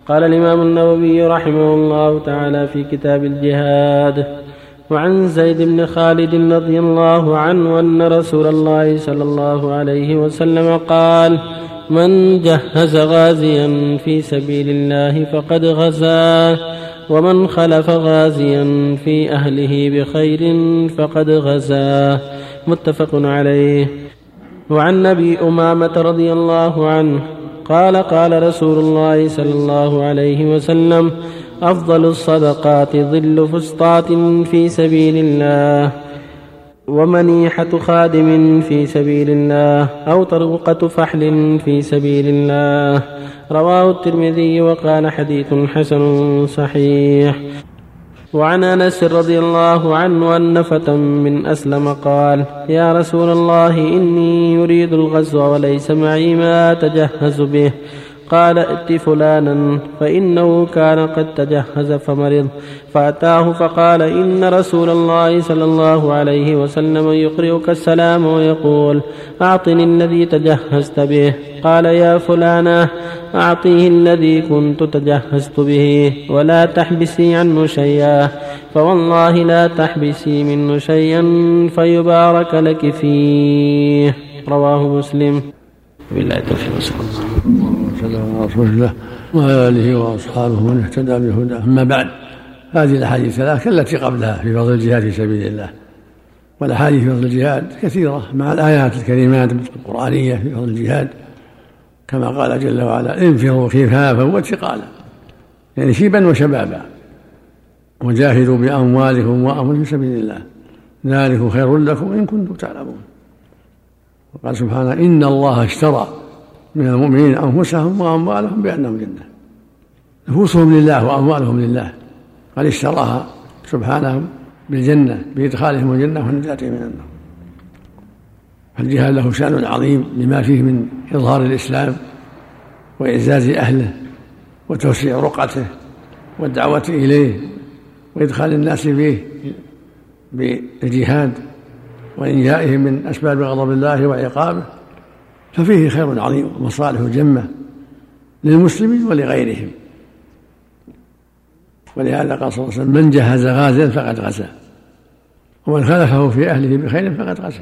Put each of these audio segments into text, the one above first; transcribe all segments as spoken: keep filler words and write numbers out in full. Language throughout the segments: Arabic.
قال الإمام النووي رحمه الله تعالى في كتاب الجهاد: وعن زيد بن خالد رضي الله عنه أن رسول الله صلى الله عليه وسلم قال: من جهز غازيا في سبيل الله فقد غزا، ومن خلف غازيا في أهله بخير فقد غزا. متفق عليه. وعن أبي أمامة رضي الله عنه قال: قال رسول الله صلى الله عليه وسلم: أفضل الصدقات ظل فسطاط في سبيل الله، ومنيحة خادم في سبيل الله، أو طرقة فحل في سبيل الله. رواه الترمذي وقال: حديث حسن صحيح. وعن أنس رضي الله عنه أن فتى من أسلم قال: يا رسول الله، إني يريد الغزو وليس معي ما أتجهز به. قال: ائت فلانا فإنه كان قد تجهز فمرض، فأتاه فقال: إن رسول الله صلى الله عليه وسلم يقرئك السلام ويقول: أعطني الذي تجهزت به. قال: يا فلانة، أعطيه الذي كنت تجهزت به، ولا تحبسي عنه شيئا، فوالله لا تحبسي منه شيئا فيبارك لك فيه. رواه مسلم. بالله التوفيق صلى الله عليه وسلم وعلى آله وأصحابه من اهتدى بهداه. أما بعد، هذه الأحاديث الثلاث كالتي قبلها في فضل الجهاد في سبيل الله، والأحاديث في فضل الجهاد كثيرة مع الآيات الكريمات القرآنية في فضل الجهاد، كما قال جل وعلا: انفروا خفافا وثقالا، يعني شيبا وشبابا، وجاهدوا بأموالكم وأنفسكم في سبيل الله، ذلك خير لكم إن كنتم تعلمون. وقال سبحانه: إن الله اشترى من المؤمنين أنفسهم وأموالهم بأنهم جنة. نفوسهم لله وأموالهم لله، قال اشتراها سبحانه بالجنة بإدخالهم الجنة والنجاة من النار. فالجهاد له شأن عظيم لما فيه من إظهار الإسلام وإعزاز أهله وتوسيع رقعته والدعوة إليه وإدخال الناس فيه بالجهاد وإنجائهم من أسباب غضب الله وعقابه، ففيه خير عظيم ومصالح جمة للمسلمين ولغيرهم. ولهذا قال صلى الله عليه وسلم: من جهز غازيا فقد غزا، ومن خلفه في أهله بخير فقد غزا.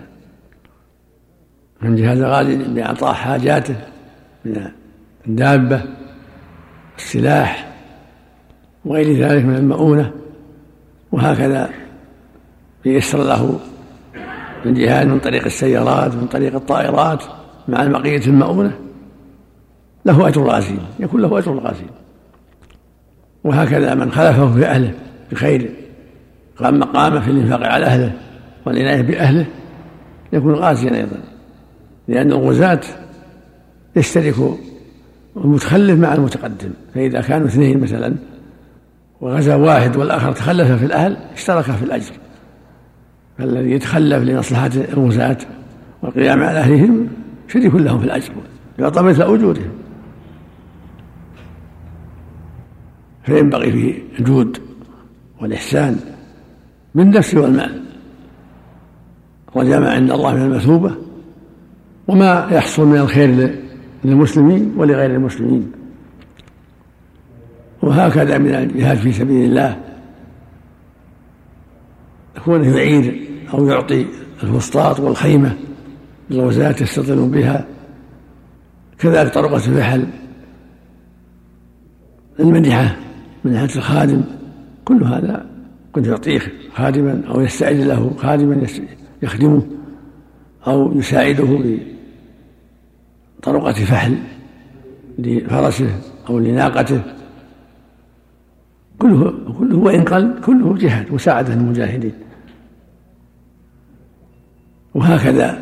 من جهز غازيا بإعطاء حاجاته من الدابة، السلاح، وغير ذلك من المؤونة، وهكذا ييسر له الجهاد من طريق السيارات من طريق الطائرات مع بقية المؤونة، له أجر غازي، يكون له أجر غازي. وهكذا من خلفه في أهله بخير، قام مقامه في الإنفاق على أهله والعناية بأهله، يكون غازيا أيضا، لأن الغزاة يشترك المتخلف مع المتقدم، فإذا كانوا اثنين مثلا وغزا واحد والآخر تخلف في الأهل اشترك في الأجر، فالذي يتخلف لمصلحة الغزاة والقيام على أهلهم شريك لهم في الأجر، يعطى مثل أجورهم. فينبغي فيه الجود والإحسان بالنفس والمال، وجمع عند الله من المثوبة وما يحصل من الخير للمسلمين ولغير المسلمين. وهكذا من الجهاد في سبيل الله يكون يعير أو يعطي الفسطاط والخيمة للغزاة يستطيلون بها، كذلك طرقة الفحل، المنحة، منحة الخادم، كل هذا قد يعطيه خادما أو يستعد له خادما يخدمه أو يساعده بطرقة فحل لفرسه أو لناقته، كله كله وإن قل كله جهاد وساعدة المجاهدين. وهكذا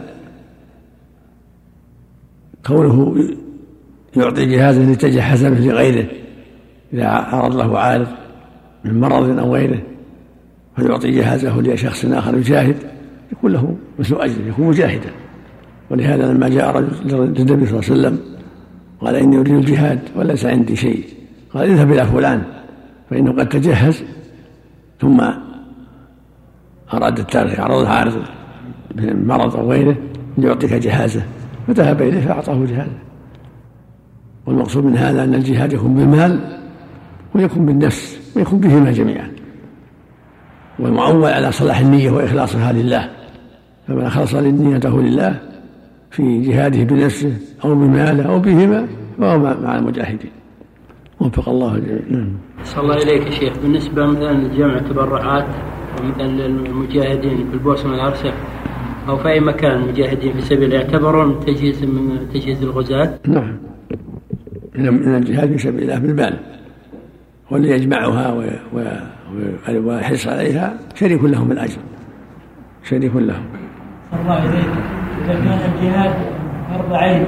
كونه يعطي جهازا لتجهز به لغيره إذا عرض له عارض من مرض أو غيره، فيعطي جهازه لشخص آخر يجاهد، يكون له مثل أجر، يكون مجاهدا. ولهذا لما جاء رجل للنبي صلى الله عليه وسلم قال: إني أريد الجهاد وليس عندي شيء، قال: اذهب إلى فلان فإنه قد تجهز، ثم أراد التارك عرض عارض من مرض أو غيره ليعطيك جهازه، فذهب إليه فأعطاه جهازه. والمقصود من هذا أن الجهاد يكون بالمال ويكون بالنفس ويكون بهما جميعا، والمعول على صلاح النية وإخلاصها لله. فمن أخلص نيته لله في جهاده بنفسه أو بماله أو بهما فهو مع المجاهدين. وفق الله الجميع. صلى الله إليك يا شيخ، بالنسبة مثلا لجمع تبرعات مثل المجاهدين في البوسنة والهرسك أو في أي مكان المجاهدين في سبيل يعتبرون تجهيز من تجهيز الغزاة؟ نعم، من الجهاد في سبيل الله بالمال، واللي يجمعها ويحرص عليها شريك لهم الأجر، شريك لهم. الله إليك، إذا كان الجهاد فرض عين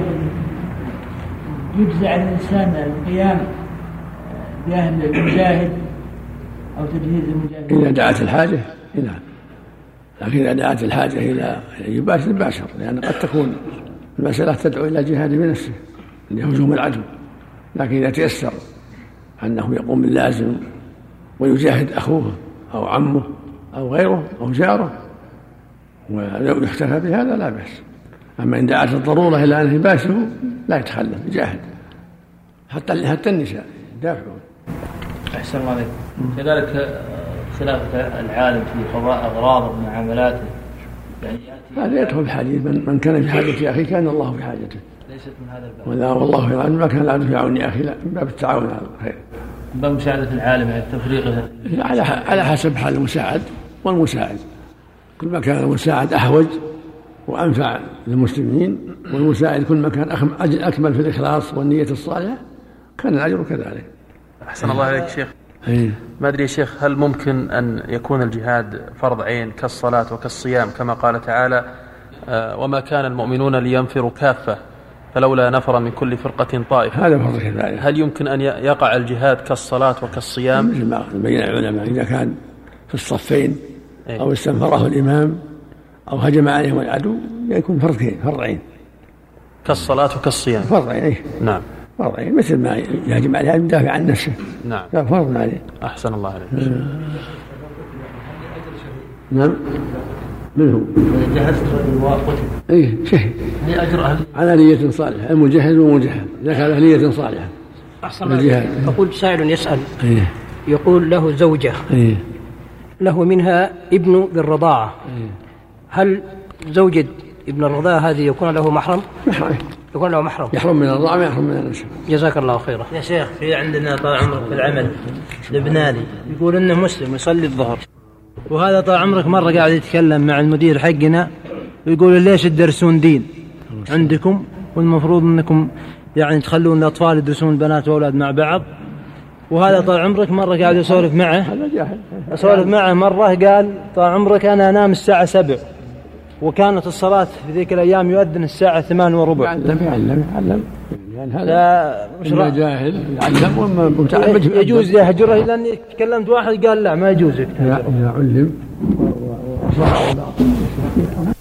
يجزع الإنسان القيام بأهل المجاهد أو تجهيز المجاهد إذا دعت الحاجة؟ نعم، لكن إذا دعت الحاجة إلى يباشر باشر، لأن قد تكون المسألة تدعو إلى الجهاد بنفسه لهجوم العدو، لكن إذا تيسر أنه يقوم باللازم ويجاهد أخوه أو عمه أو غيره أو جاره ويحتفى بهذا لا بأس. أما إن دعت الضرورة إلى أن يباشره لا يتخلف، يجاهد حتى حتى النساء يدافعون. أحسن الله عليك. كذلك خلافة العالم في قضاء أغراضه ومعاملاته، يعني هذا يدخل الحديث من كان في حاجة أخي كان الله في حاجته، ليست من هذا الباب. ولا والله في ما كان العبد في عون أخي، لا، من باب التعاون على الخير، من باب مساعدة العالم على تفريقه على على حسب حال المساعد والمساعد. كل ما كان المساعد أحوج وأنفع للمسلمين والمساعد كل ما كان أكمل في الإخلاص والنية الصالحة كان الأجر كذلك. أحسن الله عليك شيخ. أيه. ما أدري شيخ، هل ممكن أن يكون الجهاد فرض عين كالصلاة وكالصيام كما قال تعالى آه وما كان المؤمنون لينفروا كافة فلولا نفر من كل فرقة طائفة؟ هذا فرض كذلك. هل يمكن أن يقع الجهاد كالصلاة وكالصيام؟ مثل ما بين العلماء إذا كان في الصفين أو استنفره الإمام أو هجم عليهم العدو يكون فرض فرض عين كالصلاة وكالصيام. فرض عين. نعم، فرض عين، مثل ما يهجم عليه يدافع عن نفسه. نعم، فرض عليه. أحسن الله عليك. نعم، من هو؟ جهزت وقتل. إيه شهيد. لأجر أهل على نية صالحة، المجهز والمجهز إذا كان له نية صالحة. أحسن الله. يقول سائل يسأل، إيه. يقول له زوجة، إيه. له منها ابن بالرضاعة، إيه. هل زوجة ابن الرضاعة هذه يكون له محرم؟ محرم. يكون له محرم. يحرم من الرضاعة ما يحرم من النسب. جزاك الله خيرا. يا شيخ، في عندنا طال عمرك في العمل لبناني يقول إنه مسلم يصلي الظهر، وهذا طال عمرك مرة قاعد يتكلم مع المدير حقنا ويقول ليش تدرسون دين عندكم والمفروض أنكم يعني تخلون الأطفال يدرسون البنات وأولاد مع بعض. وهذا طال عمرك مرة قاعد يسولف معه، هذا جاهل. أسولف معه مرة قال طال عمرك أنا أنام الساعة سبع وكانت الصلاة في ذيك الأيام يؤذن الساعة ثمان وربع. يعلم يعلم يعلم يعني هذا إما جاهل يعلم وإما متعمد. يجوز يهجره، لأني تكلمت واحد قال لا ما يجوز. إذا علم وصار